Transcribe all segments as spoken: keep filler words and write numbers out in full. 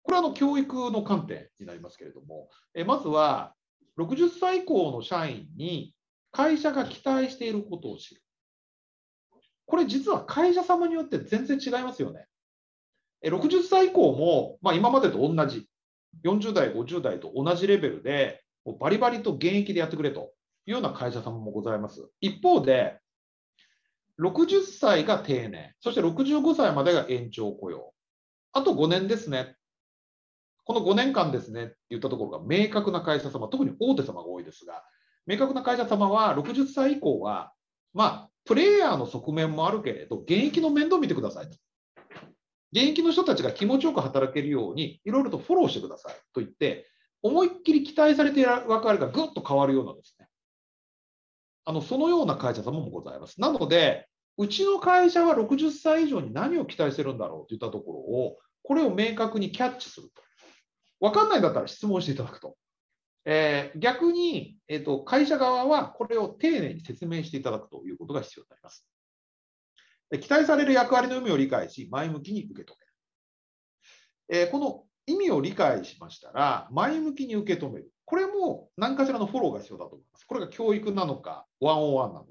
これはあの教育の観点になりますけれども、えまずはろくじゅっさい以降の社員に会社が期待していることを知る。これ実は会社様によって全然違いますよね。ろくじゅっさい以降も、まあ、今までと同じ、よんじゅう代、ごじゅう代と同じレベルで、バリバリと現役でやってくれというような会社様もございます。一方で、ろくじゅっさいが定年、そしてろくじゅうごさいまでが延長雇用、あとごねんですね。このごねんかんですねって言ったところが明確な会社様、特に大手様が多いですが、明確な会社様はろくじゅっさい以降は、まあ、プレイヤーの側面もあるけれど、現役の面倒を見てくださいと。現役の人たちが気持ちよく働けるように、いろいろとフォローしてくださいと言って、思いっきり期待されている役割がぐっと変わるようなですね、あのそのような会社様もございます。なので、うちの会社はろくじゅっさい以上に何を期待してるんだろうといったところを、これを明確にキャッチすると。分かんないんだったら質問していただくと。えー、逆に、えーと、会社側はこれを丁寧に説明していただくということが必要になります。で、期待される役割の意味を理解し、前向きに受け止める。えー、この意味を理解しましたら、前向きに受け止める。これも何かしらのフォローが必要だと思います。これが教育なのか、ワンオンワンなのか。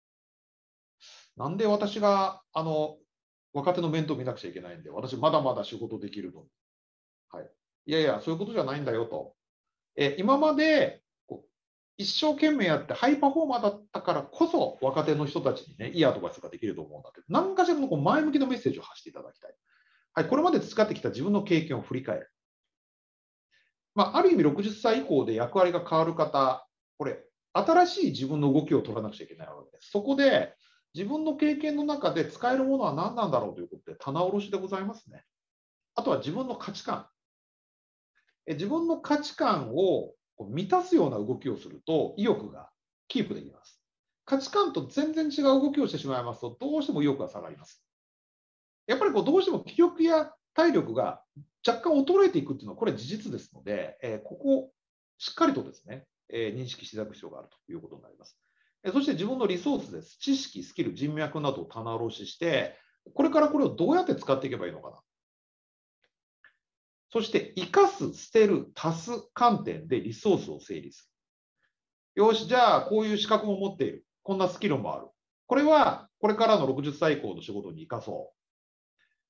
なんで私があの若手の面倒見なくちゃいけないんで、私まだまだ仕事できるのに。はい、いやいや、そういうことじゃないんだよと。え今までこう一生懸命やってハイパフォーマーだったからこそ、若手の人たちにね、いいアドバイスができると思うんだけど、何かしらのこう前向きなメッセージを発していただきたい。はい、これまで培ってきた自分の経験を振り返る。まあ、ある意味ろくじゅっさい以降で役割が変わる方、これ、新しい自分の動きを取らなくちゃいけないわけです。そこで、自分の経験の中で使えるものは何なんだろうということで、棚卸しでございますね。あとは自分の価値観。え自分の価値観を満たすような動きをすると、意欲がキープできます。価値観と全然違う動きをしてしまいますと、どうしても意欲が下がります。やっぱりこうどうしても気力や体力が若干衰えていくっていうのは、これ事実ですので、えー、ここをしっかりとですね、えー、認識していただく必要があるということになります。えー、そして自分のリソースです。知識、スキル、人脈などを棚卸しして、これからこれをどうやって使っていけばいいのかな。そして、生かす、捨てる、足す観点でリソースを整理する。よし、じゃあ、こういう資格も持っている。こんなスキルもある。これは、これからのろくじゅっさい以降の仕事に生かそう。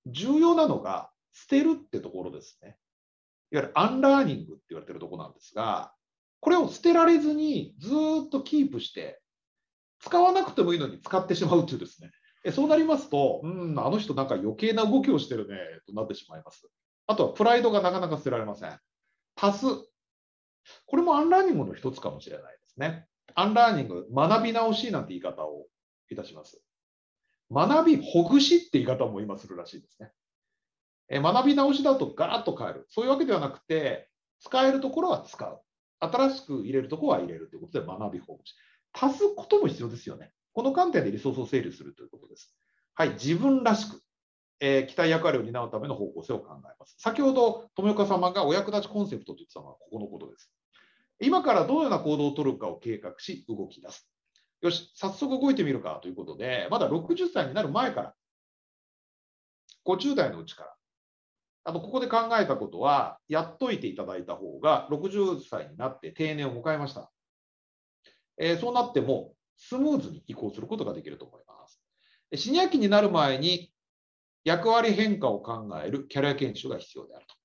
重要なのが、捨てるってところですね。いわゆるアンラーニングって言われてるところなんですが、これを捨てられずにずっとキープして、使わなくてもいいのに使ってしまうというですね。そうなりますと、うん、あの人なんか余計な動きをしてるね、となってしまいます。あとはプライドがなかなか捨てられません。足す。これもアンラーニングの一つかもしれないですね。アンラーニング、学び直しなんて言い方をいたします。学びほぐしって言い方も今するらしいですね。え学び直しだとガラッと変える。そういうわけではなくて、使えるところは使う。新しく入れるところは入れるということで学びほぐし。足すことも必要ですよね。この観点でリソースを整理するということです。はい、自分らしく、えー、期待役割を担うための方向性を考えます。先ほど、富岡様がお役立ちコンセプトと言ってたのはここのことです。今からどのような行動を取るかを計画し、動き出す。よし、早速動いてみるかということで、まだろくじゅっさいになる前から、ごじゅう代のうちから、あのここで考えたことは、やっといていただいた方が、ろくじゅっさいになって定年を迎えました。えー、そうなっても、スムーズに移行することができると思います。シニア期になる前に、役割変化を考えるキャリア研修が必要であると。